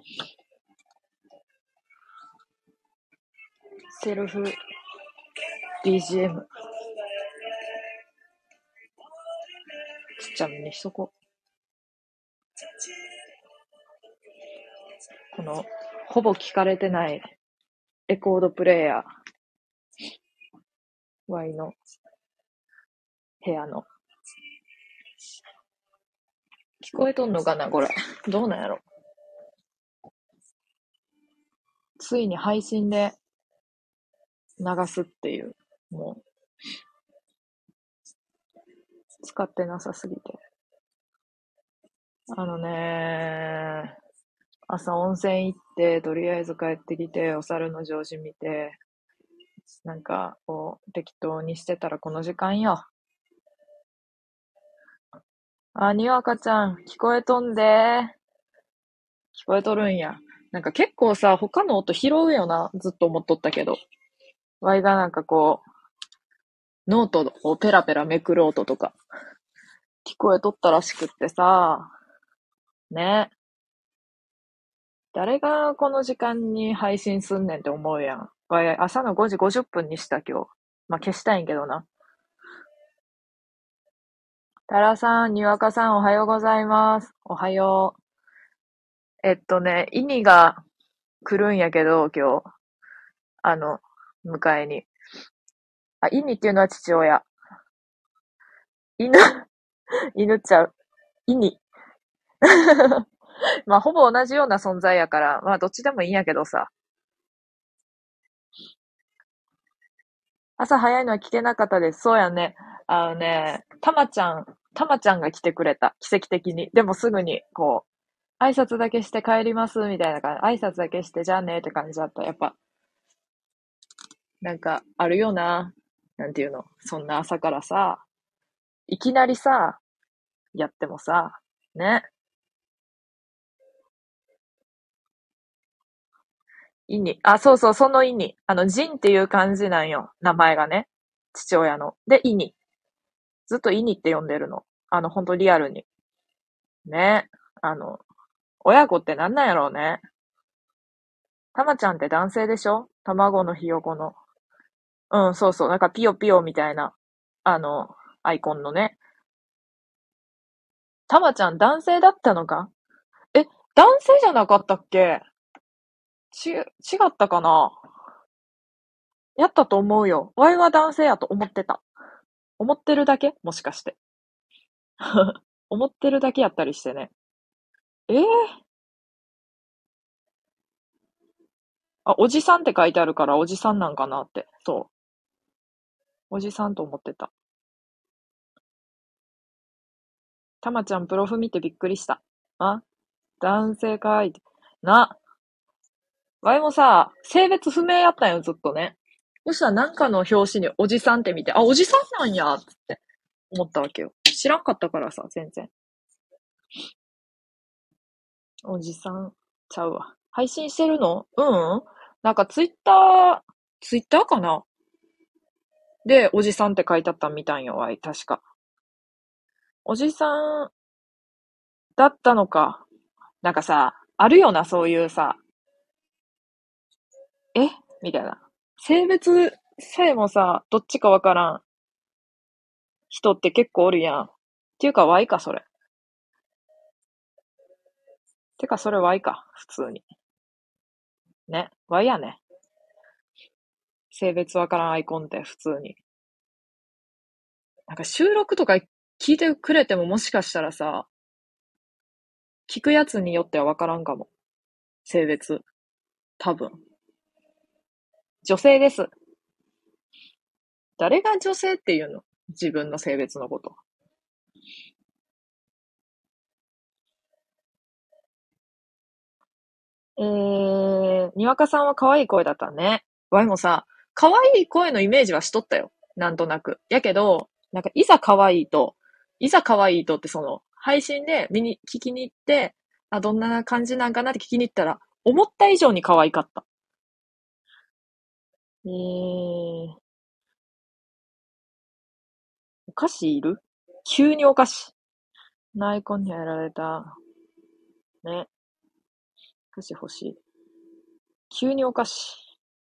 セルフ BGM ちっちゃめにしとこう。このほぼ聞かれてないレコードプレイヤー Y の部屋の聞こえとんのかなこれ。どうなんやろ。ついに配信で流すっていう、もう使ってなさすぎて。あのね朝温泉行って、とりあえず帰ってきて、お猿の常時見て、なんか、こう、適当にしてたらこの時間よ。あ、にわかちゃん、聞こえとんで。聞こえとるんや。なんか結構さ、他の音拾うよな、ずっと思っとったけど。ワイがなんかこう、ノートをペラペラめくる音とか、聞こえとったらしくってさ、ね。誰がこの時間に配信すんねんって思うやん。わい、朝の5時50分にした今日。まあ、消したいんけどな。タラさん、にわかさん、おはようございます。おはよう。イニが来るんやけど、今日、あの、迎えに。あ、イニっていうのは父親。犬、犬ちゃう。イニ。まあ、ほぼ同じような存在やから、まあ、どっちでもいいんやけどさ。朝早いのは聞けなかったです。そうやね。たまちゃんが来てくれた。奇跡的に。でもすぐに、こう、挨拶だけして帰ります、みたいな感じ。挨拶だけして、じゃあねって感じだった。やっぱ、なんか、あるよな。なんていうの。そんな朝からさ、いきなりさ、やってもさ、ね。意味。あ、そうそう、その意味。ジンっていう漢字なんよ。名前がね。父親の。で、意味。ずっと意味って呼んでるの。ほんとリアルに。ね。あの、親子ってなんなんやろうね。たまちゃんって男性でしょ？卵のひよこの。うん、そうそう。なんかピヨピヨみたいな、あの、アイコンのね。たまちゃん男性だったのか？え、男性じゃなかったっけ？違ったかな？やったと思うよ。ワイは男性やと思ってた。思ってるだけもしかして。思ってるだけやったりしてね。あ、おじさんって書いてあるからおじさんなんかなって。そう。おじさんと思ってた。たまちゃんプロフ見てびっくりした。あ、男性かいって。な、わいもさ、性別不明やったんよ、ずっとね。そしたらなんかの表紙におじさんって見て、あ、おじさんなんや、つって思ったわけよ。知らんかったからさ、全然。おじさんちゃうわ。配信してるの？うん。なんかツイッターかなで、おじさんって書いてあったみたいよ、わい、確か。おじさんだったのか。なんかさ、あるよな、そういうさ、えみたいな。性別さえもさ、どっちかわからん人って結構おるやん。っていうか、Y か、それ。てか、それ Y か、普通に。ね。Y やね。性別わからんアイコンって普通に。なんか収録とか聞いてくれてももしかしたらさ、聞くやつによってはわからんかも。性別。多分。女性です。誰が女性っていうの？自分の性別のこと。にわかさんは可愛い声だったね。わいもさ、可愛い声のイメージはしとったよ。なんとなく。やけど、なんかいざ可愛いとってその、配信で聞きに行って、あ、どんな感じなんかなって聞きに行ったら、思った以上に可愛かった。お菓子いる？急にお菓子。アイコンにやられた。ね。 菓子欲しい。急にお菓子。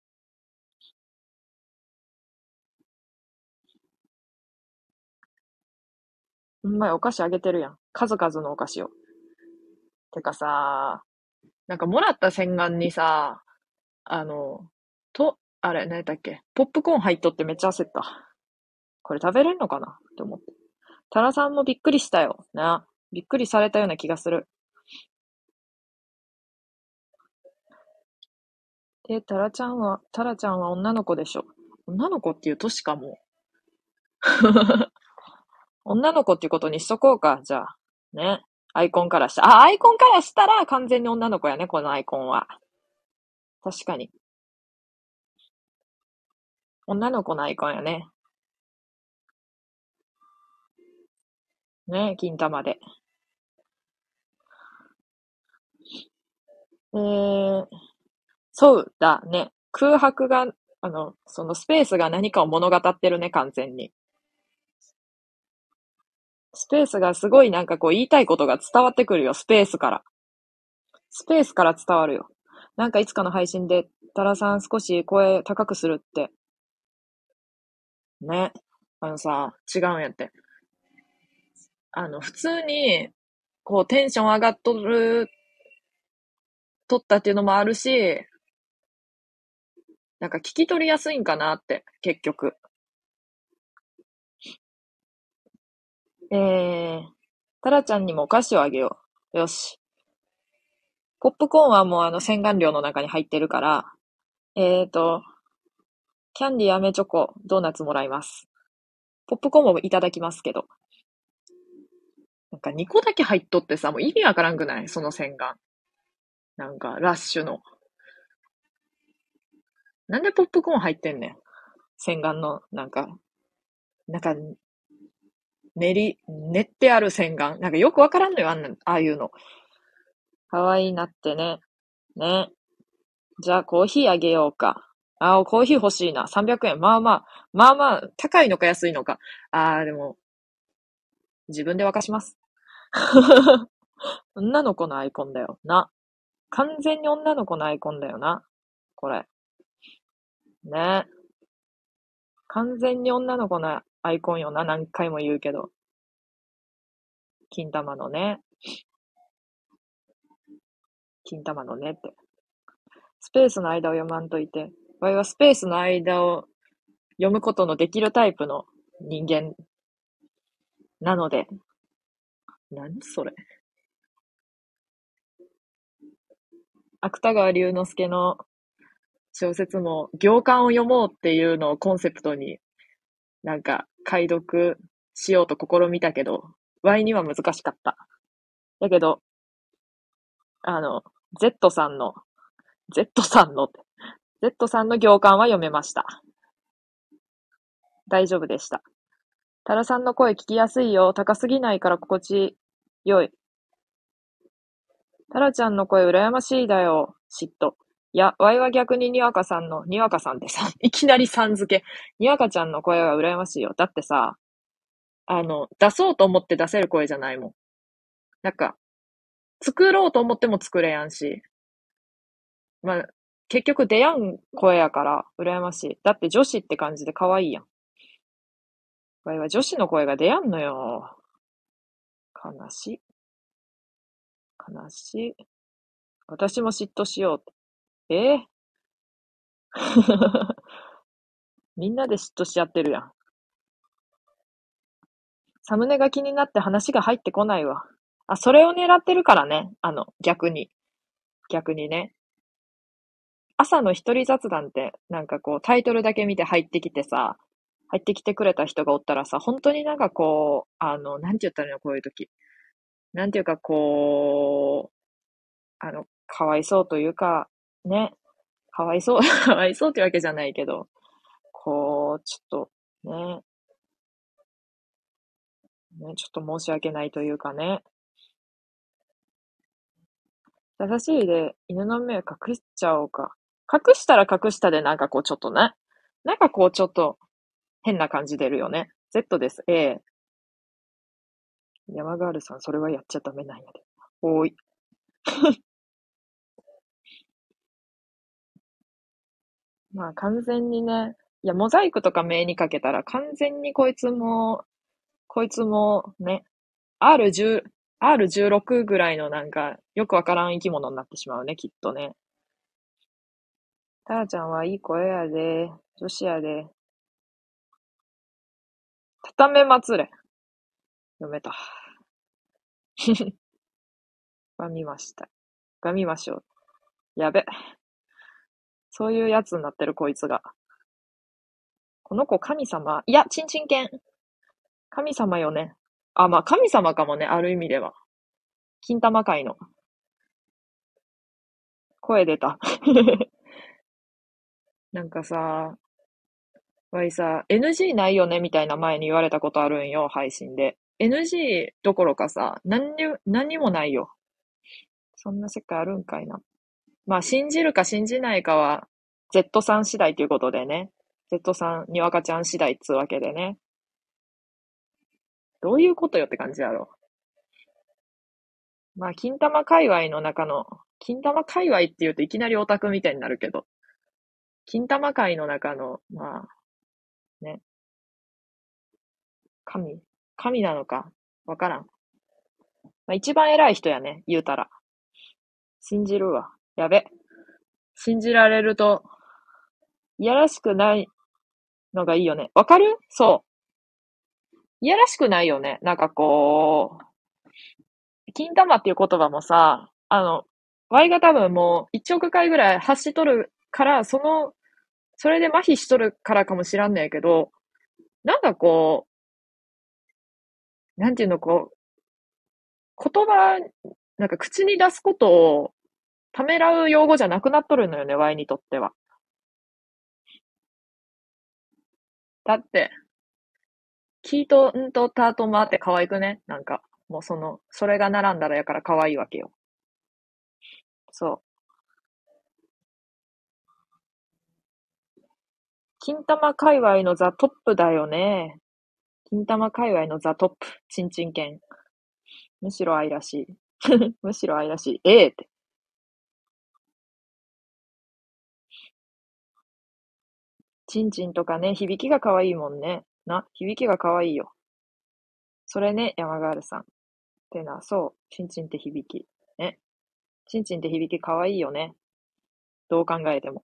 ほんまや、お菓子あげてるやん。数々のお菓子を。てかさ、なんかもらった洗顔にさ、あれ、何やったっけポップコーン入っとってめっちゃ焦った。これ食べれんのかなって思って。タラさんもびっくりしたよ。な。びっくりされたような気がする。タラちゃんは女の子でしょ。女の子っていう年かも。女の子っていうことにしとこうか、じゃあ。ね。アイコンからした。あ、アイコンからしたら完全に女の子やね、このアイコンは。確かに。女の子のアイコンやね。ね、金玉で。そうだね。空白が、そのスペースが何かを物語ってるね、完全に。スペースがすごいなんかこう言いたいことが伝わってくるよ、スペースから。スペースから伝わるよ。なんかいつかの配信で、タラさん少し声高くするって。ね。違うんやって。普通に、こうテンション上がとったっていうのもあるし、なんか聞き取りやすいんかなって、結局。えタラちゃんにもお菓子をあげよう。よし。ポップコーンはもう洗顔料の中に入ってるから、えーと、キャンディー、飴チョコ、ドーナツもらいます。ポップコーンもいただきますけど。なんか2個だけ入っとってさ、もう意味わからんくないその洗顔。なんか、ラッシュの。なんでポップコーン入ってんねん。洗顔の、なんか、練ってある洗顔。なんかよくわからんのよ、ああいうの。かわいいなってね。ね。じゃあ、コーヒーあげようか。コーヒー欲しいな。300円。まあまあ、高いのか安いのか。でも、自分で沸かします。女の子のアイコンだよな。完全に女の子のアイコンだよな。これ。ね。完全に女の子のアイコンよな。何回も言うけど。金玉のね。金玉のねって。スペースの間を読まんといて。わいはスペースの間を読むことのできるタイプの人間なので。何それ。芥川龍之介の小説も行間を読もうっていうのをコンセプトになんか解読しようと試みたけど、Y には難しかった。だけど、あの、Z さんの、Z さんの、Z さんの行間は読めました。大丈夫でした。タラさんの声聞きやすいよ。高すぎないから心地よい。タラちゃんの声羨ましいだよ。嫉妬。いや、ワイは逆ににわかさんってさ、いきなりさん付け。にわかちゃんの声は羨ましいよ。だってさ、出そうと思って出せる声じゃないもん。なんか、作ろうと思っても作れやんし。まあ、結局出やん声やから羨ましい。だって女子って感じで可愛いやん。わいは女子の声が出やんのよ。悲しい。悲しい。私も嫉妬しようって。みんなで嫉妬し合ってるやん。サムネが気になって話が入ってこないわ。それを狙ってるからね。逆に。逆にね。朝の一人雑談って、なんかこう、タイトルだけ見て入ってきてさ、入ってきてくれた人がおったらさ、本当になんかこう、なんて言ったらいいの、こういう時。なんていうかこう、かわいそうというか、ね、かわいそう、かわいそうってわけじゃないけど、こう、ちょっと、ちょっと申し訳ないというかね、優しいで犬の目を隠しちゃおうか。隠したら隠したでなんかこうちょっとね、なんかこうちょっと変な感じ出るよね。Z です。山ガールさん、それはやっちゃダメなんやで。おーい。 まあ完全にね、いや、モザイクとか目にかけたら完全にこいつもね、R10、R16 ぐらいのなんか、よくわからん生き物になってしまうね、きっとね。たーちゃんはいい声やで、女子やで、たため祭れ。読めた。が見ました。が見ましょう。やべ。そういうやつになってる、こいつが。この子神様いや、ちんちん犬。神様よね。あ、まあ神様かもね、ある意味では。金玉界の。声出た。なんかさ、わいさ、NG ないよねみたいな前に言われたことあるんよ、配信で。NG どころかさ、何にもないよ。そんな世界あるんかいな。まあ、信じるか信じないかは、Z さん次第ということでね。Z さん、にわかちゃん次第っつうわけでね。どういうことよって感じやろ。まあ、金玉界隈の中の、金玉界隈って言うといきなりオタクみたいになるけど、金玉界の中の、まあ、ね、神、神なのか、わからん。まあ、一番偉い人やね、言うたら。信じるわ。やべ。信じられると、いやらしくないのがいいよね。わかるそう。いやらしくないよね。なんかこう、金玉っていう言葉もさ、Y が多分もう1億回ぐらい発しとるから、それで麻痺しとるからかもしらんねんけど、なんかこう、なんていうの、こう、言葉、なんか口に出すことをためらう用語じゃなくなっとるのよね、Y にとっては。だって、キーとんとターとマって可愛くねなんか、もうそれが並んだらやから可愛いわけよ。そう。金玉界隈のザ・トップだよね。金玉界隈のザ・トップ。ちんちん犬。むしろ愛らしい。むしろ愛らしい。ええって。ちんちんとかね、響きが可愛いもんね。響きが可愛いよ。それね、山ガールさん。ってな、そう。ちんちんって響き。ね。ちんちんって響き可愛いよね。どう考えても。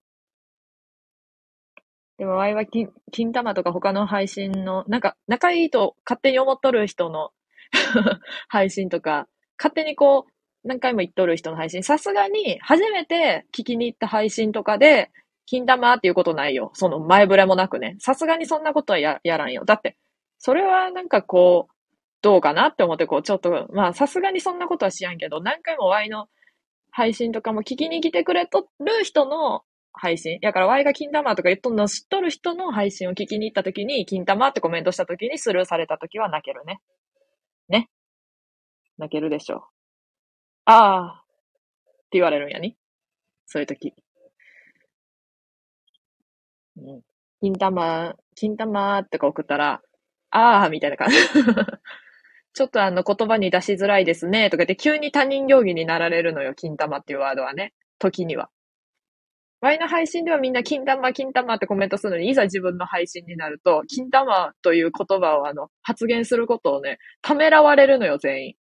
でも、ワイは金玉とか他の配信の、なんか、仲いいと勝手に思っとる人の配信とか、勝手にこう、何回も言っとる人の配信、さすがに、初めて聞きに行った配信とかで、金玉っていうことないよ。その前触れもなくね。さすがにそんなことはやらんよ。だって、それはなんかこう、どうかなって思って、こう、ちょっと、まあ、さすがにそんなことはしやんけど、何回もワイの配信とかも聞きに来てくれとる人の配信。だから、ワイが金玉とか言っとんの知っとる人の配信を聞きに行った時に、金玉ってコメントした時にスルーされた時は泣けるね。ね。泣けるでしょう。あーって言われるんやに。そういう時。うん。金玉とか送ったら、あーみたいな感じ。ちょっと言葉に出しづらいですね、とか言って急に他人行儀になられるのよ、金玉っていうワードはね。時には。ワイの配信ではみんな金玉、金玉ってコメントするのに、いざ自分の配信になると、金玉という言葉を発言することをね、ためらわれるのよ、全員。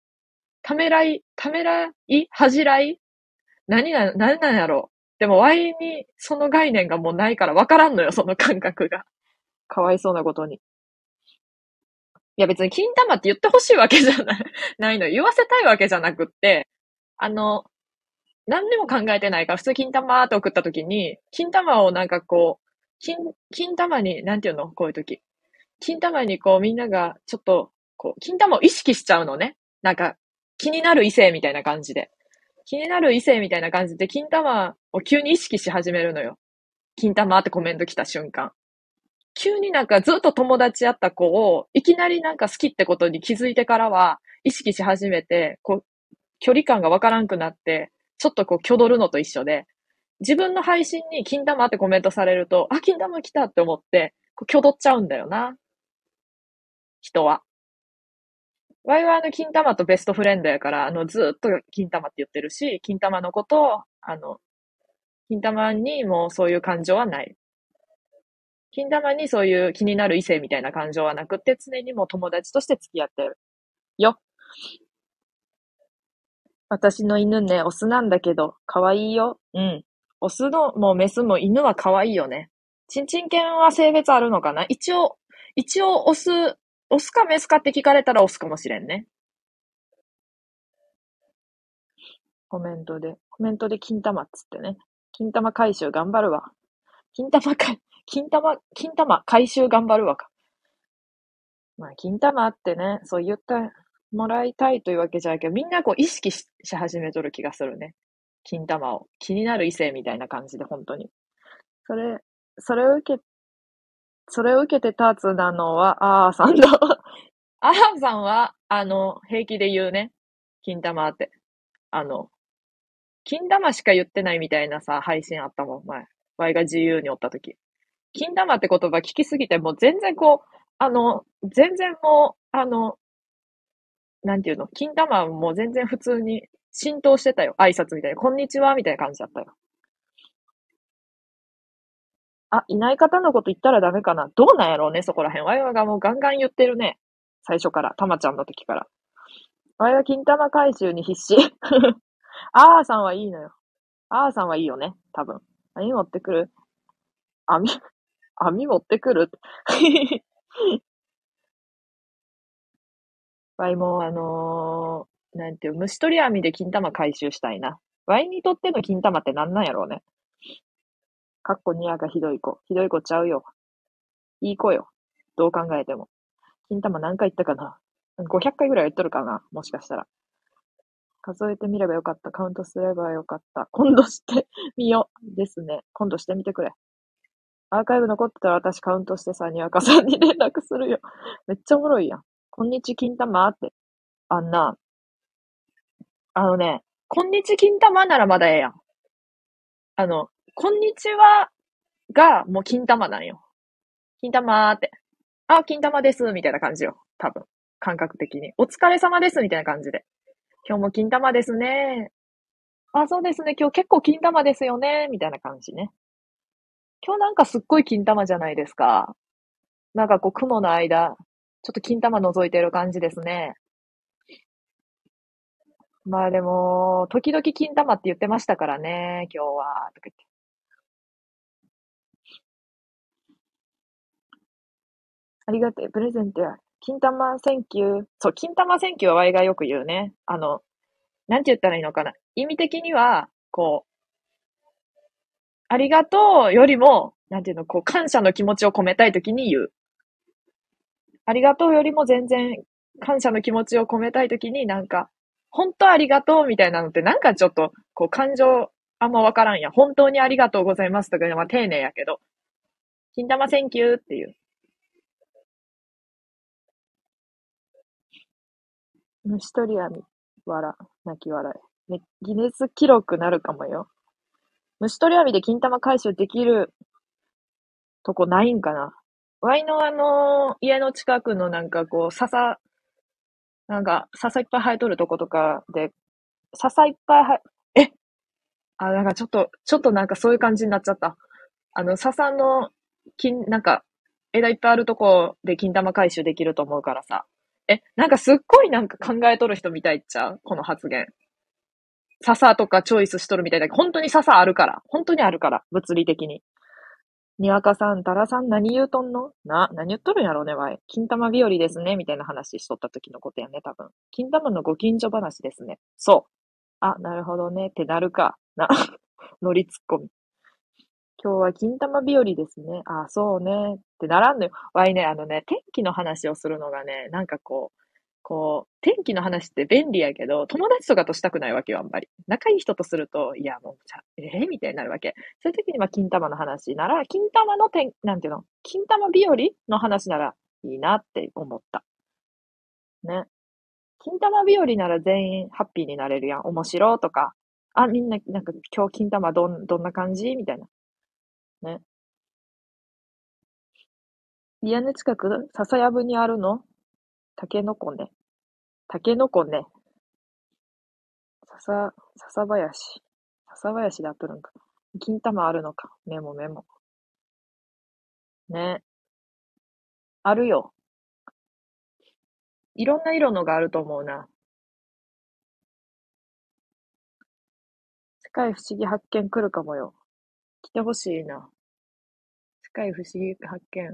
ためらい恥じらい何なんやろう。でも Y にその概念がもうないから分からんのよ、その感覚が。かわいそうなことに。いや別に金玉って言ってほしいわけじゃない、ないのよ。言わせたいわけじゃなくって、あの、何にも考えてないから、普通金玉って送った時に、金玉をなんかこう、金玉に、なんていうのこういう時。金玉にこうみんながちょっと、こう、金玉を意識しちゃうのね。なんか、気になる異性みたいな感じで。気になる異性みたいな感じで、金玉を急に意識し始めるのよ。金玉ってコメント来た瞬間。急になんかずっと友達やった子を、いきなりなんか好きってことに気づいてからは、意識し始めて、こう、距離感がわからんくなって、ちょっとこう、挙取るのと一緒で、自分の配信に金玉ってコメントされると、あ、金玉来たって思って、こう挙取っちゃうんだよな、人は。ワイは金玉とベストフレンドやから、ずっと金玉って言ってるし、金玉のことを、金玉にもうそういう感情はない。 金玉にそういう気になる異性みたいな感情はなくって、常にもう友達として付き合ってるよ。私の犬ね、オスなんだけど、可愛いよ。うん。オスのもメスも犬は可愛いよね。チンチン犬は性別あるのかな？一応オスかメスかって聞かれたらオスかもしれんね。コメントで金玉っつってね。金玉回収頑張るわ。金玉回収頑張るわか。まあ、金玉ってね、そう言ってもらいたいというわけじゃないけど、みんなこう意識し始めとる気がするね。金玉を。気になる異性みたいな感じで、本当に。それ、それを受け、それを受けて立つなのは、あーさんだ。あーさんは、平気で言うね。金玉って。あの、金玉しか言ってないみたいなさ、配信あったもん、前。ワイが自由におった時。金玉って言葉聞きすぎて、もう全然こう、全然もう、なんていうの、金玉はもう全然普通に浸透してたよ。挨拶みたいな。こんにちはみたいな感じだったよ。あ、いない方のこと言ったらダメかな。どうなんやろうね、そこら辺。ワイワがもうガンガン言ってるね。最初から。たまちゃんの時から。ワイは金玉回収に必死。あーさんはいいのよ。あーさんはいいよね。多分。網持ってくる？網、網持ってくる？ワイもなんていう、虫取り網で金玉回収したいな。ワイにとっての金玉ってなんなんやろうね。かっこニアがひどい子。ひどい子ちゃうよ。いい子よ。どう考えても。金玉何回言ったかな？ 500 回ぐらい言っとるかな？もしかしたら。数えてみればよかった。カウントすればよかった。今度してみよう。ですね。今度してみてくれ。アーカイブ残ってたら私カウントしてさ、にわかさんに連絡するよ。めっちゃおもろいやん。こんにち金玉って。あんな、こんにち金玉ならまだええやん。こんにちはがもう金玉なんよ。金玉って。あ、金玉です、みたいな感じよ。多分。感覚的に。お疲れ様です、みたいな感じで。今日も金玉ですね。あ、そうですね。今日結構金玉ですよね。みたいな感じね。今日なんかすっごい金玉じゃないですか。なんかこう雲の間、ちょっと金玉覗いてる感じですね。まあでも、時々金玉って言ってましたからね。今日は。とか言って。ありがてえ、プレゼントや。金玉センキュー。そう、金玉センキューはワイがよく言うね。なんて言ったらいいのかな。意味的には、こう、ありがとうよりも、なんていうの、こう、感謝の気持ちを込めたいときに言う。ありがとうよりも全然、感謝の気持ちを込めたいときになんか、本当ありがとうみたいなのってなんかちょっと、こう、感情あんまわからんやん。本当にありがとうございますとか、まあ丁寧やけど、金玉センキューっていう。虫取り網、泣き笑い。ね、ギネス記録なるかもよ。虫取り網で金玉回収できるとこないんかな。ワイの家の近くのなんかこう、笹いっぱい生えとるとことかで、笹いっぱいえ、なんかちょっとなんかそういう感じになっちゃった。笹のなんか、枝いっぱいあるとこで金玉回収できると思うからさ。なんかすっごいなんか考えとる人みたいっちゃうこの発言。笹とかチョイスしとるみたいだけど、本当に笹あるから。本当にあるから。物理的に。にわかさん、タラさん何言うとんの何言っとるんやろうね、わい。金玉日和ですね、みたいな話しとった時のことやね、多分。金玉のご近所話ですね。そう。あ、なるほどね、ってなるか。乗りツッコミ。今日は金玉日和ですね。あ、そうね。ってならんのよ。わいね、天気の話をするのがね、なんか天気の話って便利やけど、友達とかとしたくないわけよ、あんまり。仲いい人とすると、いや、もう、みたいになるわけ。そういう時に、まあ、金玉の話なら、金玉のなんていうの、金玉日和の話ならいいなって思った。ね。金玉日和なら全員ハッピーになれるやん。面白とか。あ、みんな、なんか今日金玉どんな感じみたいな。ね。家の近く、笹やぶにあるの？タケノコね。タケノコね。笹林。笹林であっとるんか。金玉あるのか。メモメモ。 ね。あるよ。いろんな色のがあると思うな。世界不思議発見来るかもよ。来てほしいな。世界不思議発見。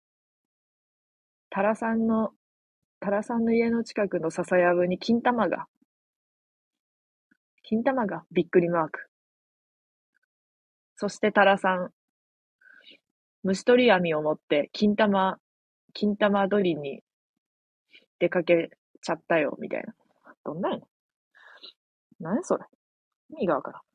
タラさんの、タラさんの家の近くの笹やぶに金玉がびっくりマーク。そしてタラさん、虫取り網を持って金玉取りに出かけちゃったよ、みたいな。どんなんやねん。何それ。意味がわからん。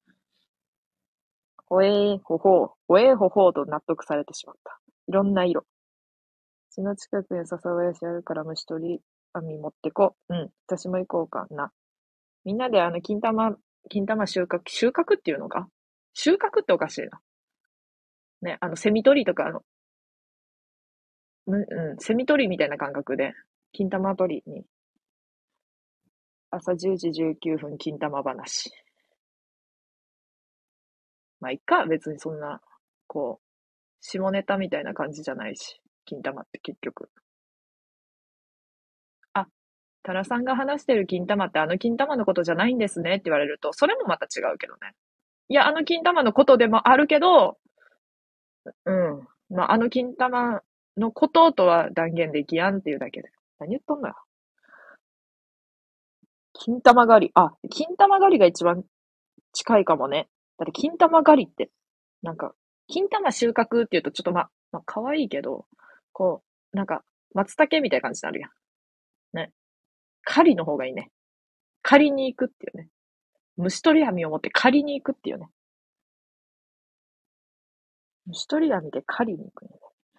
ほえーほほー、ほえーほほーと納得されてしまった。いろんな色。うちの近くに笹林あるから虫取り網持ってこ。うん。私も行こうかな。みんなで金玉収穫っていうのか。収穫っておかしいな。ね、セミ取りとか、セミ取りみたいな感覚で、金玉取りに、朝10時19分金玉話。まあ、いっか、別にそんな、こう、下ネタみたいな感じじゃないし、金玉って結局。あ、タラさんが話してる金玉ってあの金玉のことじゃないんですねって言われると、それもまた違うけどね。いや、あの金玉のことでもあるけど、うん。まあ、あの金玉のこととは断言できやんっていうだけで。何言っとんのよ。金玉狩り。あ、金玉狩りが一番近いかもね。だって金玉狩りって、なんか、金玉収穫って言うとちょっと可愛いけど、こう、なんか、松茸みたいな感じになるやん。ね。狩りの方がいいね。狩りに行くっていうね。虫取り網を持って狩りに行くっていうね。虫取り網で狩りに行くね。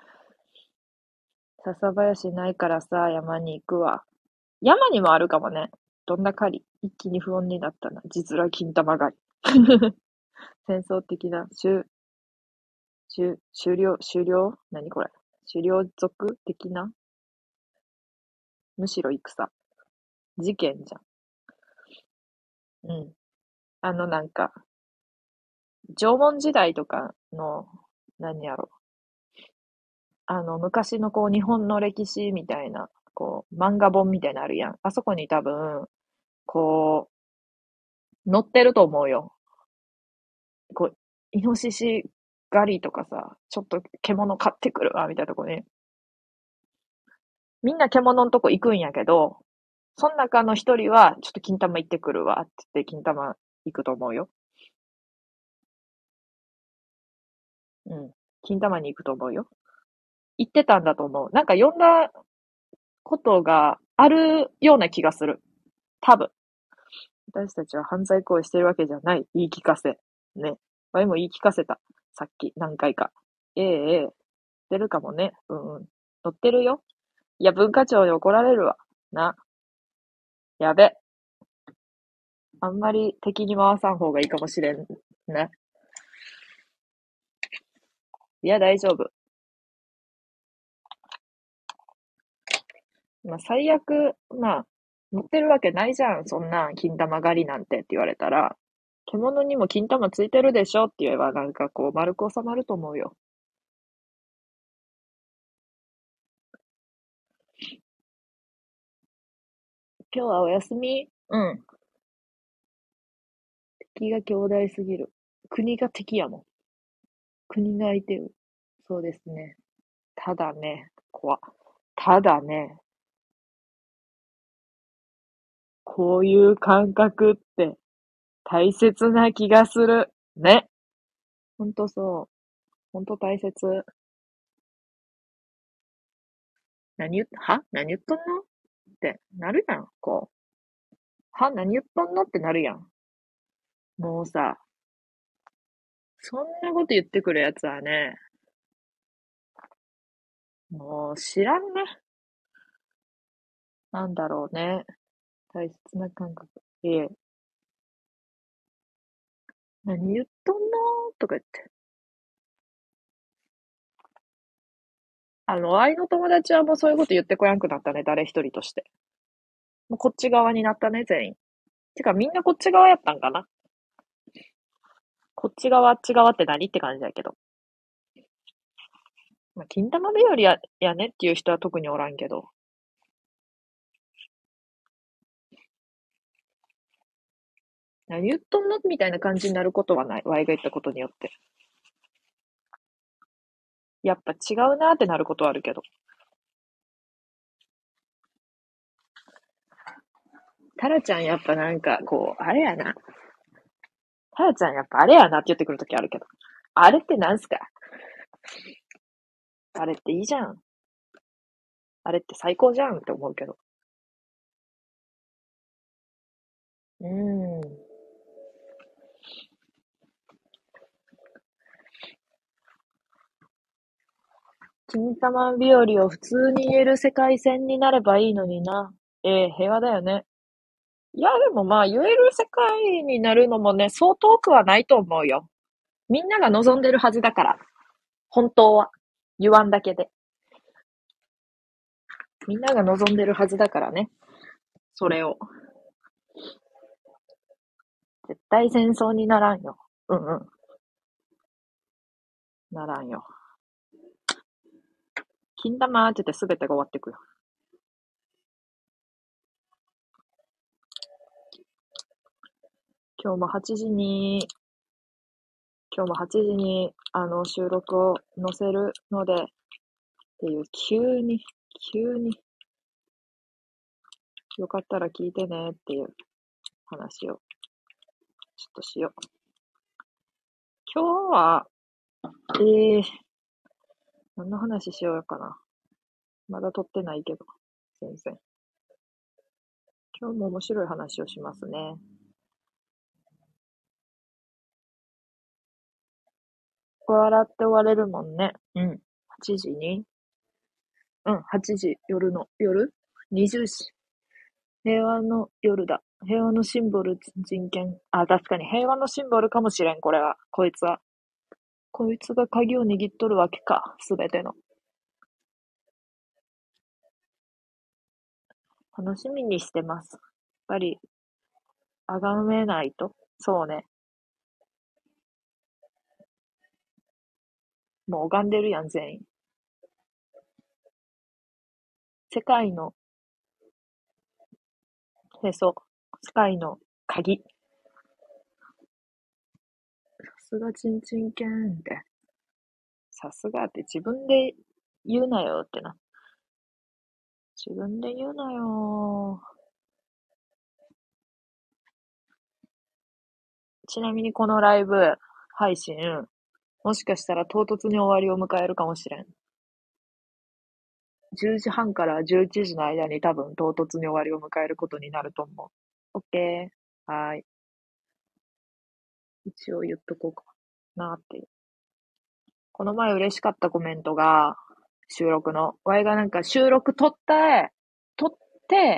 笹林ないからさ、山に行くわ。山にもあるかもね。どんな狩り一気に不穏になったな。実は金玉狩り。戦争的な、狩猟何これ狩猟族的なむしろ戦。事件じゃん。うん。なんか、縄文時代とかの、何やろ。昔のこう、日本の歴史みたいな、こう、漫画本みたいなのあるやん。あそこに多分、こう、載ってると思うよ。こう、イノシシ狩りとかさ、ちょっと獣買ってくるわ、みたいなとこね。みんな獣のとこ行くんやけど、その中の一人は、ちょっと金玉行ってくるわ、って言って金玉行くと思うよ。うん。金玉に行くと思うよ。行ってたんだと思う。なんか読んだことがあるような気がする。多分。私たちは犯罪行為してるわけじゃない。言い聞かせ。ね。前も言い聞かせた。さっき、何回か。ええ、ええ。出るかもね。うんうん。乗ってるよ。いや、文化庁に怒られるわ。な。やべ。あんまり敵に回さん方がいいかもしれん。ね。いや、大丈夫。まあ、最悪、まあ、乗ってるわけないじゃん。そんな、金玉狩りなんてって言われたら。獣にも金玉ついてるでしょって言えば、なんかこう、丸く収まると思うよ。今日はお休みうん。敵が強大すぎる。国が敵やもん。国が相手よ。そうですね。ただね、怖っ。ただね、こういう感覚って大切な気がする。ね。ほんとそう。ほんと大切。何言っとんのってなるやん。こう。何言っとんのってなるやん。もうさ、そんなこと言ってくるやつはね、もう知らんね。なんだろうね。大切な感覚。何言っとんのとか言って。愛の友達はもうそういうこと言ってこやんくなったね、誰一人として。もうこっち側になったね、全員。てかみんなこっち側やったんかな。こっち側、あっち側って何って感じだけど。 まあ、金玉日和やねっていう人は特におらんけど。何言っとんのみたいな感じになることはない。ワイが言ったことによって。やっぱ違うなってなることはあるけど。タラちゃんやっぱなんか、こう、あれやな。タラちゃんやっぱあれやなって言ってくるときあるけど。あれってなんすか？あれっていいじゃん。あれって最高じゃんって思うけど。うーん。金玉日和を普通に言える世界線になればいいのにな。平和だよね。いや、でもまあ、言える世界になるのもね、そう遠くはないと思うよ。みんなが望んでるはずだから。本当は。言わんだけで。みんなが望んでるはずだからね。それを。絶対戦争にならんよ。うんうん。ならんよ。金玉当てて全てが終わってくよ。今日も8時に、今日も8時に、収録を載せるので、っていう、急に、よかったら聞いてねっていう話を、ちょっとしよう。今日は、えー、何の話しようかな。まだ撮ってないけど、全然。今日も面白い話をしますね。笑って終われるもんね。うん。8時にうん、8時、夜 ?20 時。平和の夜だ。平和のシンボル、人権。あ、確かに平和のシンボルかもしれん、これは。こいつは。こいつが鍵を握っとるわけか、すべての。楽しみにしてます。やっぱり、崇めないと。そうね。もう拝んでるやん、全員。世界のへそ。世界の鍵。さすがちんちんけんって。さすがって自分で言うなよってな。自分で言うなよ。ちなみにこのライブ配信、もしかしたら唐突に終わりを迎えるかもしれん。10時半から11時の間に多分唐突に終わりを迎えることになると思う。OK。はーい。一応言っとこうかなっていう。この前嬉しかったコメントが、収録の。ワイがなんか収録撮って、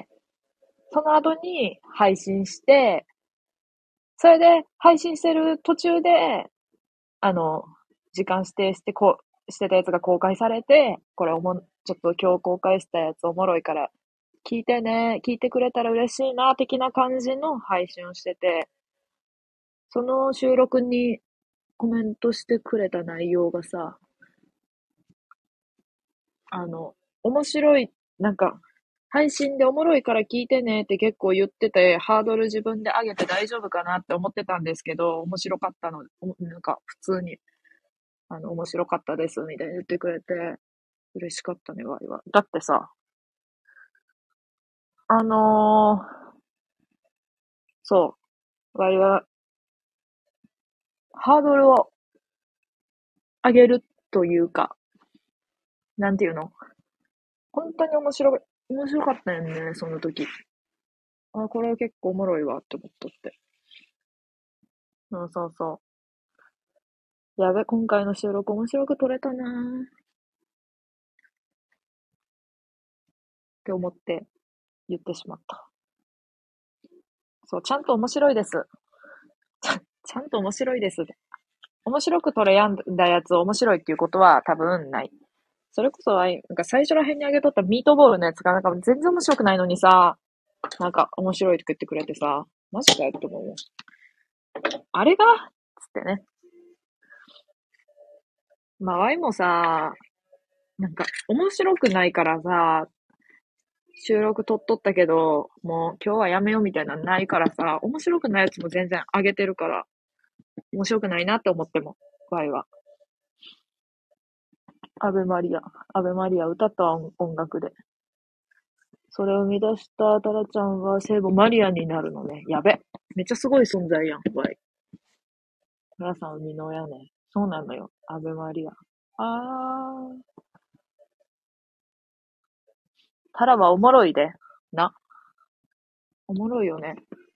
その後に配信して、それで配信してる途中で、あの、時間指定してしてたやつが公開されて、これちょっと今日公開したやつおもろいから聞いてね、聞いてくれたら嬉しいな、的な感じの配信をしてて、その収録にコメントしてくれた内容がさ、あの、面白い、なんか、配信でおもろいから聞いてねって結構言ってて、ハードル自分で上げて大丈夫かなって思ってたんですけど、面白かったの、なんか普通に、面白かったですみたいに言ってくれて、嬉しかったね、ワイは。だってさ、あのーそう、ワイは、ハードルを上げるというか、なんていうの本当に面白かったよね、その時。あ、これ結構おもろいわって思っとって。そうそうそう。やべ、今回の収録面白く撮れたなーって思って言ってしまった。そう、ちゃんと面白いです。ちゃんと面白いです。面白く撮れやんだやつを面白いっていうことは多分ない。それこそ、なんか最初ら辺にあげとったミートボールのやつがなんか全然面白くないのにさ、なんか面白いって言ってくれてさ、マジかよって思うよ。あれがつってね。まあ、ワイもさ、 なんか、面白くないからさ、収録撮っとったけど、もう今日はやめようみたいなのないからさ、面白くないやつも全然上げてるから、面白くないなって思っても、ワイは。アベマリア。アベマリア歌った音楽で。それを生み出したタラちゃんは聖母マリアになるのね。やべ。めっちゃすごい存在やん、ワイ。タラさん生みの親ね。そうなのよ。アベマリア。タラはおもろいで。な。おもろいよね。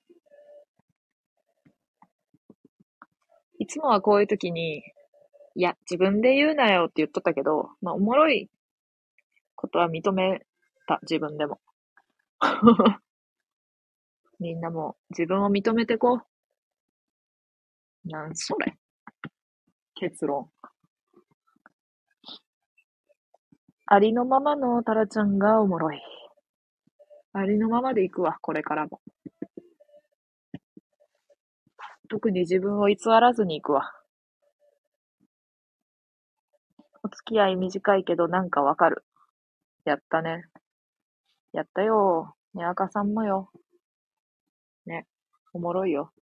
いつもはこういう時に、いや、自分で言うなよって言っとったけど、まあ、おもろいことは認めた、自分でも。みんなも自分を認めてこう。なんそれ。結論。ありのままのタラちゃんがおもろい。ありのままで行くわ、これからも。特に自分を偽らずに行くわ。お付き合い短いけどなんかわかる。やったね。やったよ。にゃかさんもよ。ね。おもろいよ。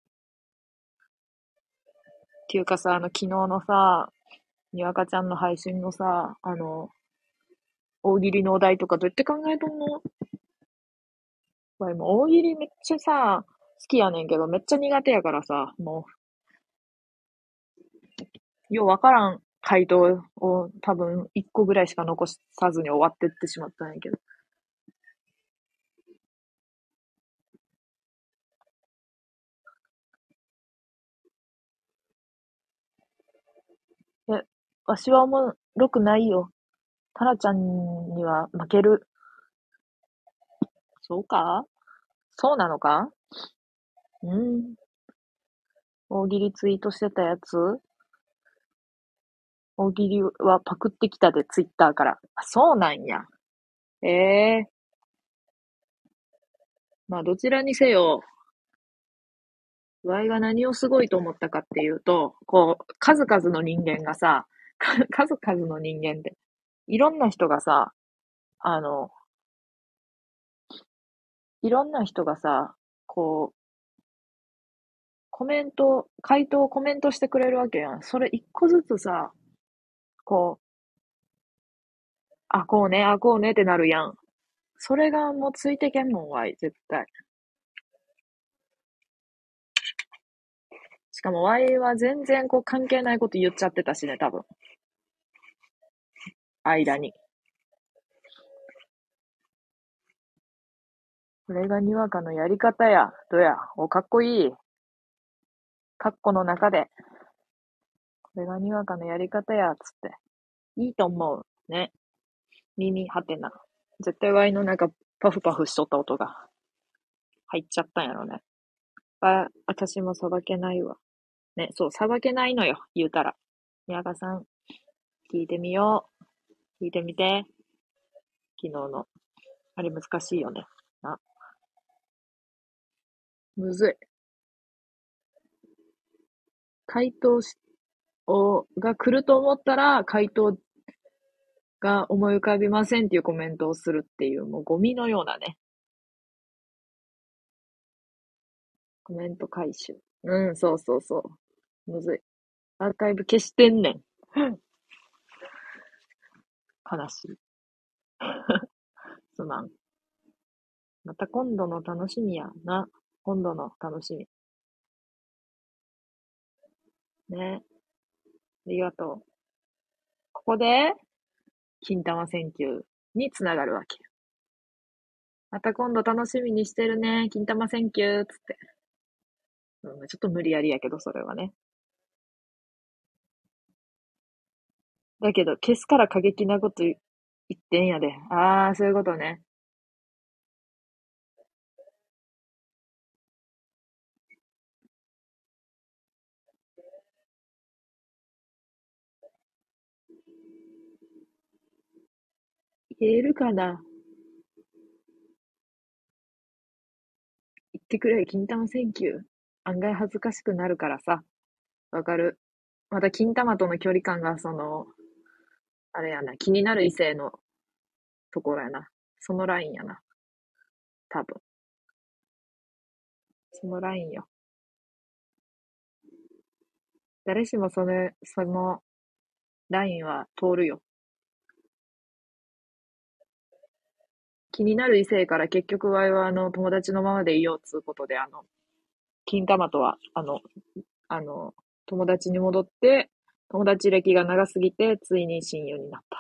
っていうかさ、昨日のさ、にわかちゃんの配信のさ、大喜利のお題とかどうやって考えとんの？わいもう大喜利めっちゃさ、好きやねんけど、めっちゃ苦手やからさ、もう、ようわからん回答を多分一個ぐらいしか残さずに終わってってしまったんやけど。え、わしはおもろくないよ。タラちゃんには負ける。そうか？そうなのか？うん。大喜利ツイートしてたやつ、大喜利はパクってきたで、ツイッターから。あ、そうなんや。ええ、まあ、どちらにせよ、ワイが何をすごいと思ったかっていうと、こう、数々の人間がさ、数々の人間で、いろんな人がさ、あの、いろんな人がさ、こう、回答をコメントしてくれるわけやん。それ一個ずつさ、こう、あ、こうね、あ、こうねってなるやん。それがもうついてけんもん、ワイ、絶対。しかも、ワイは全然こう関係ないこと言っちゃってたしね、多分。間に。これがにわかのやり方や。どや。お、かっこいい。カッコの中で。これがにわかのやり方や、つって。いいと思う。ね。耳はてな。絶対ワイのなんか、パフパフしとった音が入っちゃったんやろね。私もさばけないわ。ね、そう、さばけないのよ、言うたら。宮川さん、聞いてみよう。聞いてみて。昨日の。あれ難しいよね。な、むずい。回答し、が来ると思ったら、回答が思い浮かびませんっていうコメントをするっていう、もうゴミのようなね、コメント回収。うん、そうそうそう。むずい。アーカイブ消してんねん。悲しい。すまん。また今度の楽しみやな。今度の楽しみ。ね。ありがとう。ここで、金玉選球につながるわけ。また今度楽しみにしてるね。金玉選球つって。うん、ちょっと無理やりやけど、それはね。だけど、消すから過激なこと言ってんやで。ああ、そういうことね。言えるかな？言ってくれ、金玉選球。案外恥ずかしくなるからさ。わかる。また金玉との距離感が、 あれやな。気になる異性のところやな。そのラインやな。多分。そのラインよ。誰しもそのラインは通るよ。気になる異性から結局ワイは友達のままでいようつうことで、金玉とは、あの、友達に戻って、友達歴が長すぎて、ついに親友になった。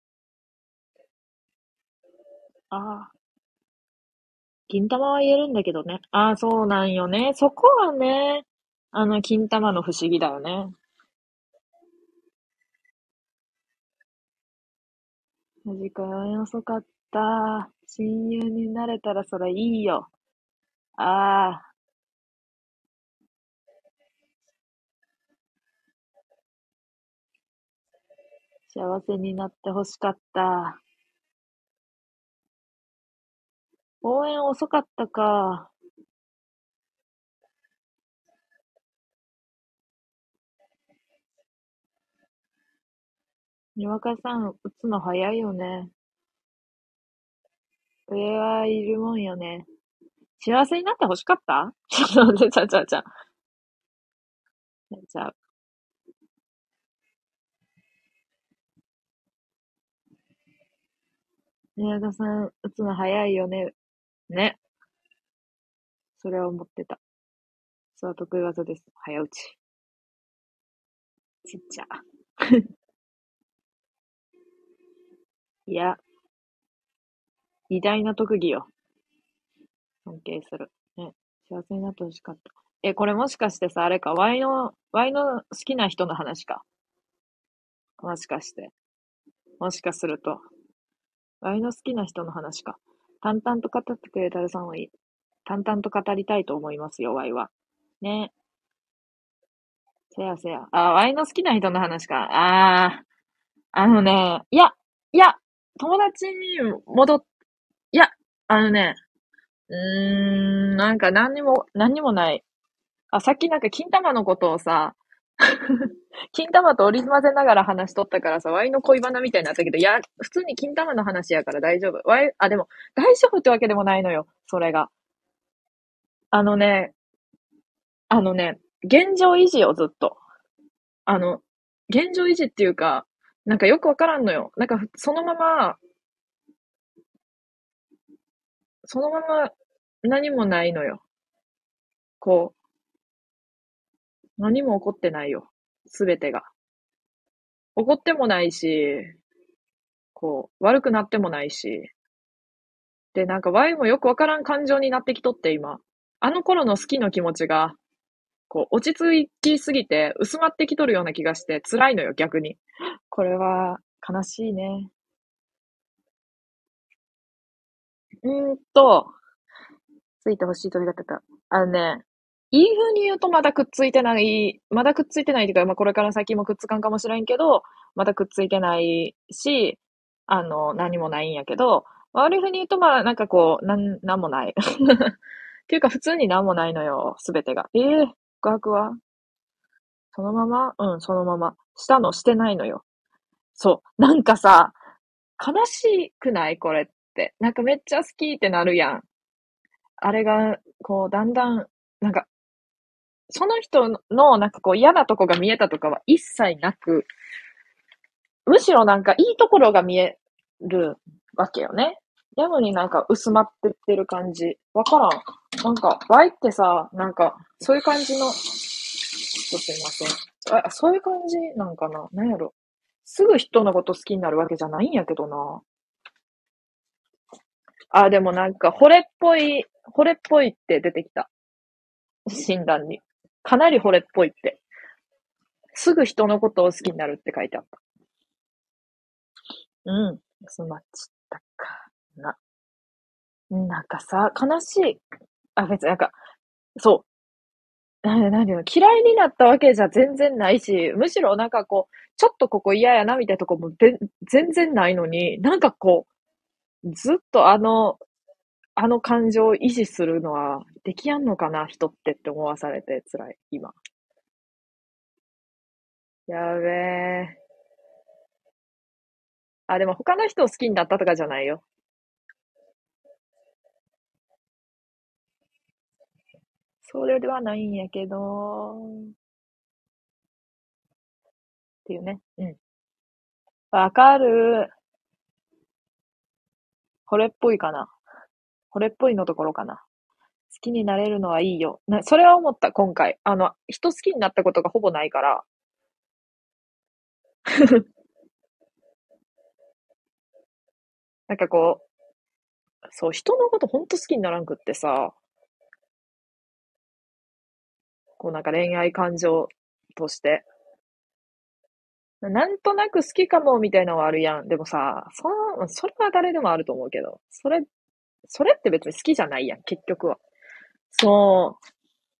ああ、金玉は言えるんだけどね。ああ、そうなんよね。そこはね、金玉の不思議だよね。マジか、遅かった。親友になれたらそれいいよ。ああ、幸せになってほしかった。応援遅かったか。にわかさん、打つの早いよね。上はいるもんよね。幸せになってほしかった。ちょっと待って、じゃあ、にわかさん、打つの早いよね。ね。それは思ってた。それは得意技です。早打ち。ちっちゃ。いや、偉大な特技よ。尊敬する。ね。幸せになってほしかった。これもしかしてさ、あれか、ワイの好きな人の話か。もしかして。もしかすると。ワイの好きな人の話か。淡々と語ってくれたらさんはいい。淡々と語りたいと思いますよ、ワイは。ね。せやせや。あ、ワイの好きな人の話か。いや、友達に戻っ、いや、あのね、なんか何にもない。あ、さっきなんか金玉のことをさ、金玉と織り交ぜながら話しとったからさ、ワイの恋バナみたいになったけど、いや、普通に金玉の話やから大丈夫。でも、大丈夫ってわけでもないのよ、それが。あのね、現状維持よ、ずっと。あの、現状維持っていうか、なんかよくわからんのよ。なんか、そのまま何もないのよ。こ何も起こってないよ。すべてが。起こってもないし、悪くなってもないし。で、なんか、Y もよくわからん感情になってきとって、今。あの頃の好きの気持ちが、落ち着きすぎて、薄まってきとるような気がして、辛いのよ、逆に。これは、悲しいね。ついてほしい鳥だったか。いい風に言うとまだくっついてないっていうか、まあ、これから先もくっつかんかもしれんけど、まだくっついてないし、何もないんやけど、悪い風に言うと、まあ、なんかなんもない。っていうか、普通になんもないのよ、すべてが。告白はそのままうん、そのまま。したのしてないのよ。そう。なんかさ、悲しくないこれって。なんかめっちゃ好きってなるやん。あれが、だんだん、なんか、その人の、なんか嫌なとこが見えたとかは一切なく、むしろなんかいいところが見えるわけよね。やのになんか薄まってってる感じ。わからん。なんか、Y ってさ、なんか、そういう感じの、ちょっとすいません。そういう感じなんかななんやろ。すぐ人のこと好きになるわけじゃないんやけどな。でもなんか、惚れっぽいって出てきた。診断に。かなり惚れっぽいって。すぐ人のことを好きになるって書いてあった。うん。薄まっちったかな。なんかさ、悲しい。別になんか、そう。なんていうの、嫌いになったわけじゃ全然ないし、むしろなんかちょっとここ嫌やなみたいなとこも全然ないのに、なんかずっとあの感情を維持するのはできやんのかな、人って思わされて辛い、今。やべえ。 あ、でも他の人を好きになったとかじゃないよ。それではないんやけど、っていうね。うん。わかる。惚れっぽいかな。惚れっぽいのところかな。好きになれるのはいいよ。それは思った、今回。人好きになったことがほぼないから。なんかこう、そう、人のことほんと好きにならんくってさ、こうなんか恋愛感情として。なんとなく好きかもみたいなのはあるやん。でもさ、それは誰でもあると思うけど、それって別に好きじゃないやん、結局は。そう、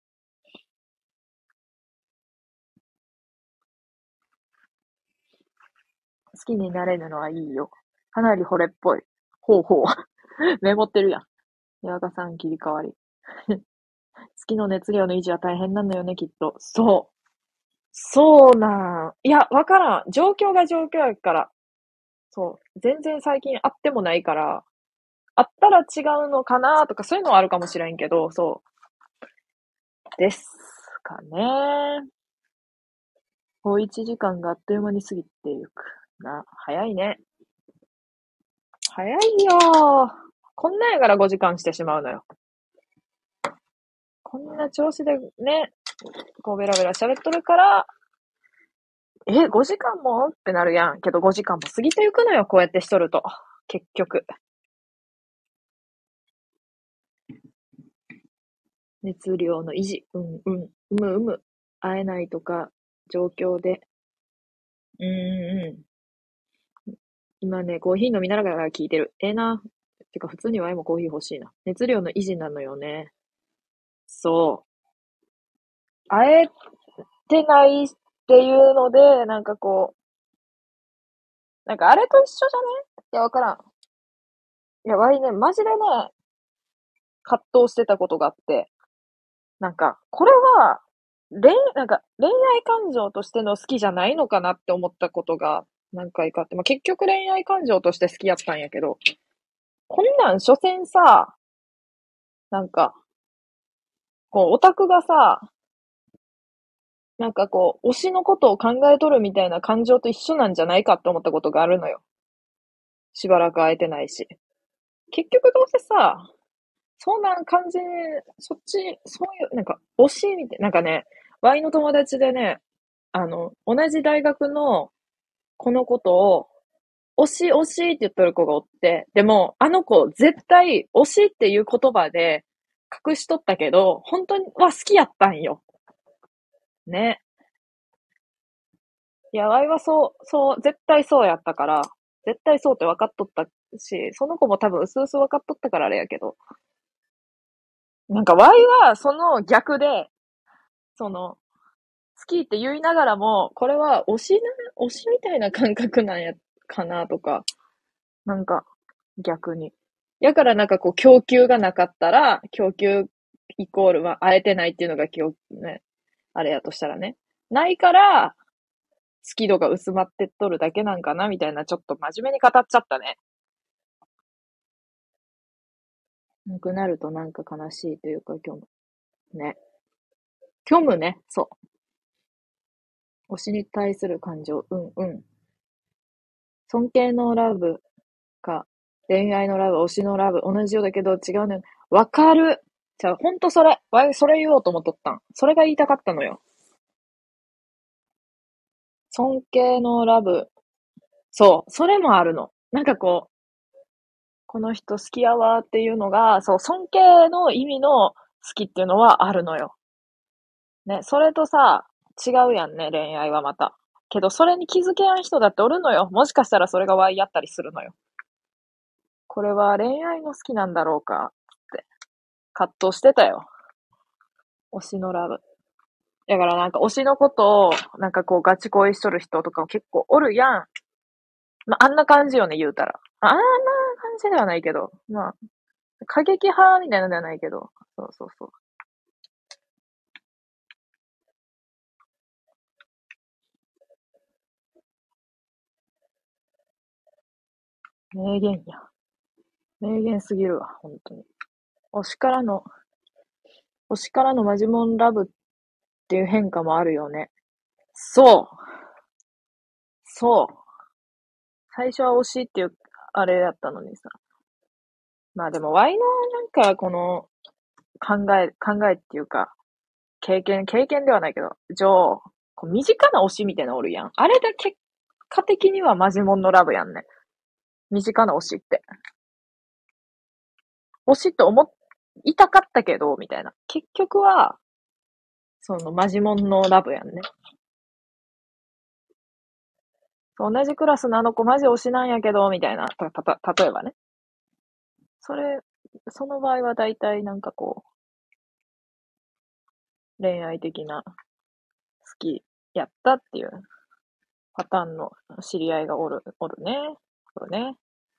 好きになれるのはいいよ。かなり惚れっぽい。ほうほう。メモってるやん。矢賀さん切り替わり。好きの熱量の維持は大変なのよね、きっと。そう。そうなん。いや、わからん。状況が状況やから。そう。全然最近会ってもないから、会ったら違うのかなとかそういうのはあるかもしれんけど、そう。ですかね。もう1時間があっという間に過ぎていく。早いね。早いよー。こんなんやから5時間してしまうのよ。こんな調子でね、こうベラベラ喋っとるから、5時間もってなるやん。けど5時間も過ぎていくのよ、こうやってしとると。結局。熱量の維持。うんうん。うむうむ。会えないとか、状況で。うんうんうん。今ね、コーヒー飲みながら聞いてる。ええな。てか、普通にワイもコーヒー欲しいな。熱量の維持なのよね。そう。会えてないっていうので、なんかこう、なんかあれと一緒じゃねいや、わからん。いや、ワイね、マジでね、葛藤してたことがあって、なんか、これは、なんか、恋愛感情としての好きじゃないのかなって思ったことが何回かあって、まあ、結局恋愛感情として好きやったんやけど、こんなん、所詮さ、なんか、こう、オタクがさ、なんかこう、推しのことを考えとるみたいな感情と一緒なんじゃないかって思ったことがあるのよ。しばらく会えてないし。結局どうせさ、そんな感じ、そっち、そういう、なんか、推しみたいな、なんかね、ワイの友達でね、同じ大学のこのことを、推し推しって言っとる子がおって、でも、あの子絶対推しっていう言葉で隠しとったけど、本当には好きやったんよ。ね。いや、ワイは絶対そうやったから、絶対そうって分かっとったし、その子も多分薄々分かっとったからあれやけど、なんかワイはその逆で、その、好きって言いながらも、これは推しみたいな感覚なんや、かなとか、なんか、逆に。やからなんかこう、供給がなかったら、供給イコールは、会えてないっていうのがね、あれやとしたらね。ないから、好き度が薄まってっとるだけなんかな、みたいな、ちょっと真面目に語っちゃったね。なくなるとなんか悲しいというか、虚無。ね。虚無ね。そう。推しに対する感情。うんうん。尊敬のラブか、恋愛のラブ、推しのラブ、同じようだけど違うね。わかる。じゃあ、ほんとそれ。それ言おうと思っとったん。それが言いたかったのよ。尊敬のラブ。そう。それもあるの。なんかこう、この人好きやわっていうのが、そう、尊敬の意味の好きっていうのはあるのよ。ね。それとさ、違うやんね、恋愛はまた。けど、それに気づけやん人だっておるのよ。もしかしたらそれがワイやったりするのよ。これは恋愛の好きなんだろうかって葛藤してたよ。推しのラブ。だからなんか推しのことを、なんかこうガチ恋しとる人とかも結構おるやん。まあ、あんな感じよね、言うたら。あんな感じではないけど。まあ、過激派みたいなのではないけど。そうそうそう。 名言や。名言すぎるわ、本当に。推しからの、推しからのマジモンラブっていう変化もあるよね。そう。そう。最初は推しっていう、あれだったのにさ。まあでも、ワイのなんか、この、考えっていうか、経験ではないけど、こう身近な推しみたいなのおるやん。あれだ結果的にはマジモンのラブやんね。身近な推しって。推しと思いたかったけど、みたいな。結局は、そのマジモンのラブやんね。同じクラスのあの子マジ推しなんやけど、みたいな。例えばね。それ、その場合は大体なんかこう、恋愛的な好きやったっていうパターンの知り合いがおるね。おるね。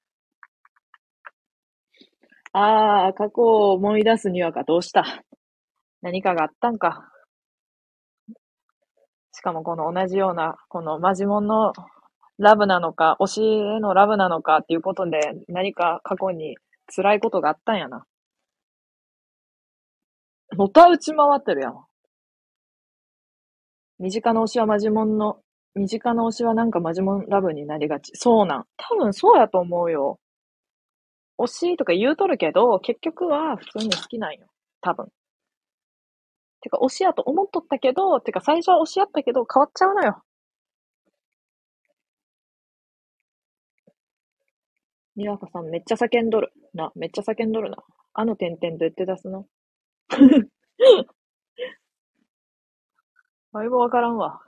ああ、過去を思い出すにはか、どうした？何かがあったんか。しかもこの同じような、このマジモンのラブなのか、推しへのラブなのかっていうことで、何か過去に辛いことがあったんやな。のたうち回ってるやん。身近な推しはマジモンの、身近な推しはなんかマジモンラブになりがち。そうなん。多分そうやと思うよ。推しとか言うとるけど、結局は普通に好きなんよ。多分。てか推しやと思っとったけど、てか最初は推しやったけど変わっちゃうのよ。にわかさんめっちゃ叫んどる。めっちゃ叫んどるな。あの点々どうやって出すの？あれもわからんわ。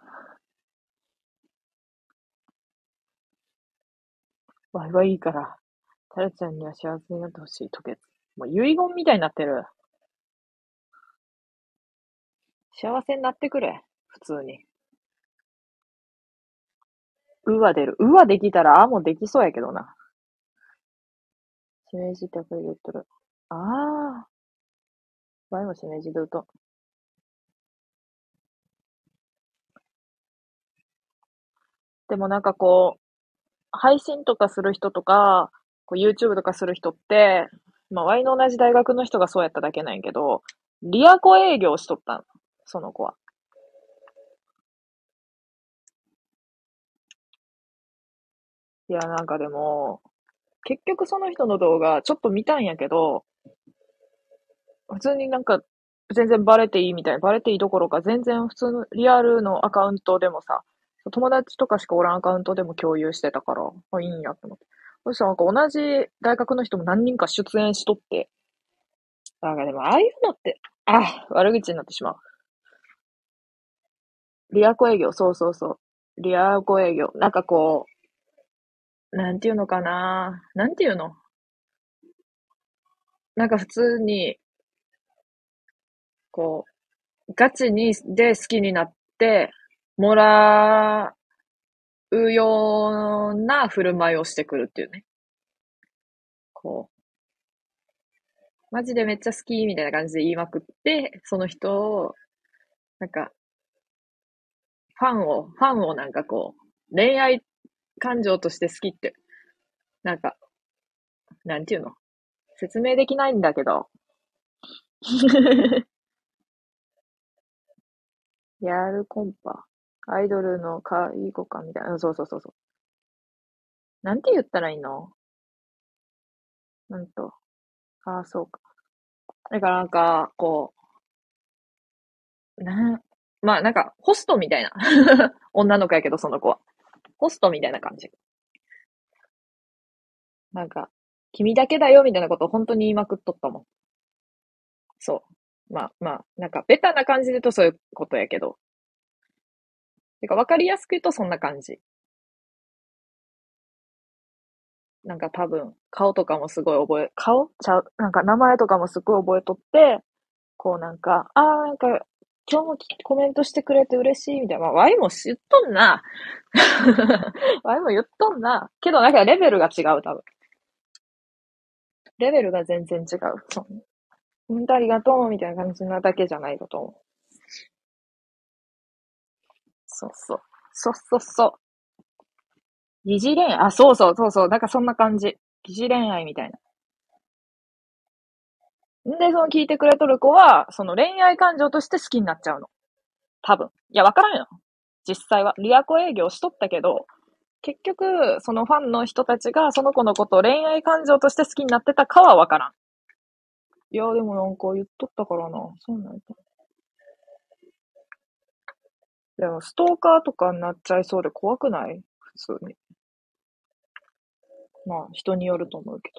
わいはいいから。タラちゃんには幸せになってほしい。吐血。もう遺言みたいになってる。幸せになってくれ。普通に。うは出る。うはできたら、あもできそうやけどな。しめじってやっぱり言っとる。ああ。わいもしめじでうと。でもなんかこう、配信とかする人とか、こう YouTube とかする人って、まあ、ワイの同じ大学の人がそうやっただけなんやけど、リアコ営業しとったの。その子は。いや、なんかでも、結局その人の動画ちょっと見たんやけど、普通になんか、全然バレていいみたいな、バレていいどころか、全然普通のリアルのアカウントでもさ、友達とかしかおらんアカウントでも共有してたから、あ、いいんやと思って。そしたらなんか同じ大学の人も何人か出演しとって、なんかでもああいうのって、悪口になってしまう。リアコ営業、そうそうそう。リアコ営業。なんかこう、なんていうのかな。なんていうの？なんか普通に、こガチで好きになってもらうような振る舞いをしてくるっていうね。こマジでめっちゃ好きみたいな感じで言いまくって、その人を、なんか、ファンをなんかこう、恋愛感情として好きって、なんか、なんていうの？説明できないんだけど。やるコンパ。アイドルの介護官みたいな。そうそうそうそう。なんて言ったらいいの？そうか。だからなんか、こまあなんか、ホストみたいな。女の子やけど、その子は。ホストみたいな感じ。なんか、君だけだよみたいなことを本当に言いまくっとったもん。そう。まあまあ、なんか、ベタな感じで言うとそういうことやけど。てか、わかりやすく言うとそんな感じ。なんか多分、顔とかもすごい顔ちゃう。なんか名前とかもすごい覚えとって、こうなんか、なんか、今日もコメントしてくれて嬉しいみたいな。まあ、ワイも言っとんな。ワイも言っとんな。けどなんかレベルが違う、多分。レベルが全然違う。そう。本当ありがとうみたいな感じなだけじゃないかと思う。そうそう。そうそうそ疑似恋愛、あ、そうそうそうそう、なんかそんな感じ。疑似恋愛みたいな。で、その聞いてくれとる子は、その恋愛感情として好きになっちゃうの。多分。いや、わからんよ。実際は。リアコ営業しとったけど、結局、そのファンの人たちがその子のことを恋愛感情として好きになってたかはわからん。いや、でもなんか言っとったからな。そうなんだ。でも、ストーカーとかになっちゃいそうで怖くない普通に。まあ、人によると思うけ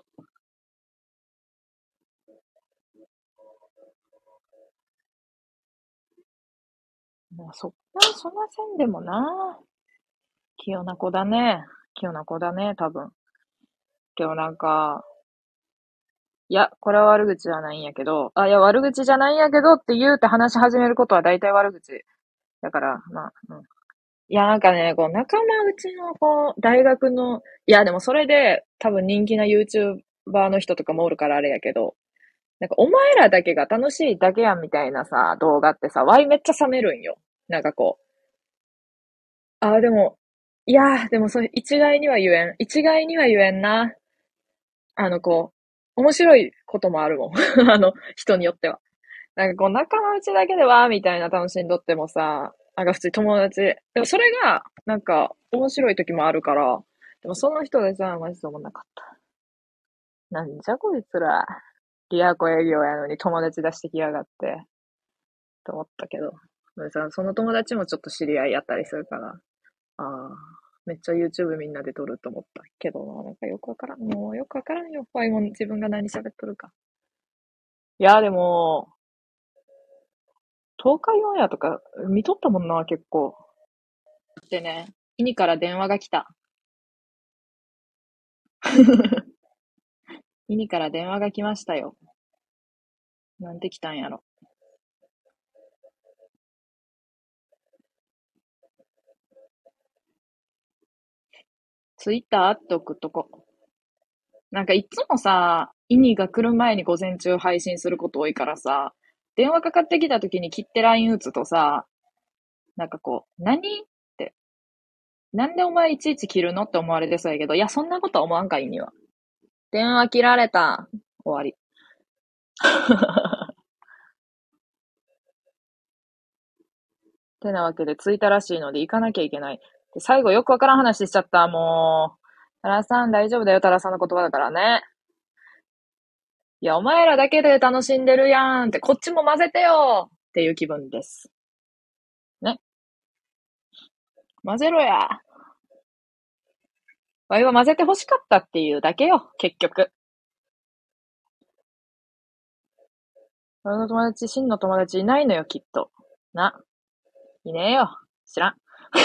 ど。まあ、そんな線でもな。器用な子だね。器用な子だね、多分。でもなんか、いや、これは悪口じゃないんやけど、いや、悪口じゃないんやけどって言うて話し始めることは大体悪口。だから、まあ、うん。いや、なんかね、こう、仲間内の、こう、大学の、いや、でもそれで、多分人気な YouTuber の人とかもおるからあれやけど、なんか、お前らだけが楽しいだけやんみたいなさ、動画ってさ、ワイめっちゃ冷めるんよ。なんかこう、でも、いや、でもそれ一概には言えん。一概には言えんな。こう、面白いこともあるもん。人によっては。なんかこう、仲間内だけでは、みたいな楽しんどってもさ、なんか普通に友達。でもそれが、なんか、面白い時もあるから、でもその人でさ、マジで思んなかった。なんじゃこいつら。リアコ営業やのに友達出してきやがって、と思ったけど。でさ、その友達もちょっと知り合いやったりするから、ああ、めっちゃ YouTube みんなで撮ると思ったけどな、なんかよくわからん。もうよくわからんよ。ワイも自分が何喋っとるか。いや、でも、東海オンエアとか見とったもんな、結構。でね、イニから電話が来た。イニから電話が来ましたよ。なんて来たんやろ。ツイッターって送っとこ。なんかいつもさ、イニが来る前に午前中配信すること多いからさ、電話かかってきた時に切って LINE 打つとさ、なんかこう、何って、なんでお前いちいち切るのって思われてそうやけど、いや、そんなことは思わんか、イニは。電話切られた。終わり。てなわけで着いたらしいので行かなきゃいけない。で、最後よくわからん話しちゃった。もう。タラさん大丈夫だよ、タラさんの言葉だからね。いや、お前らだけで楽しんでるやんって、こっちも混ぜてよっていう気分です。ね。混ぜろや。わいは混ぜて欲しかったっていうだけよ、結局。俺の友達、真の友達いないのよ、きっと。な。いねえよ。知らん。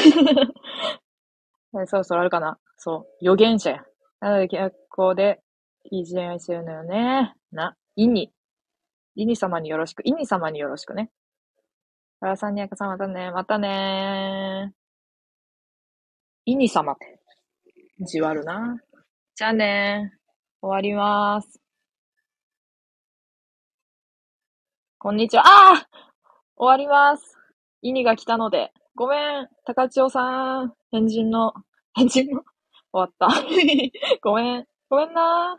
そろそろあるかな。そう。預言者や。なので、学校でいい恋愛してるのよね。イニ。イニ様によろしく。イニ様によろしくね。原さんにあかさんまたね。またね。イニ様ってじわるな。じゃあね。終わります。こんにちは。終わります。イニが来たので。ごめん。高千代さん。変人の終わった。ごめん。ごめんな。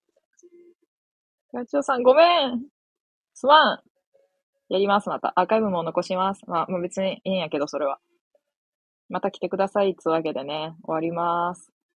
高千代さん、ごめん。すまん。やります、また。アーカイブも残します。まあ、別にいいんやけど、それは。また来てください。つうわけでね、終わります。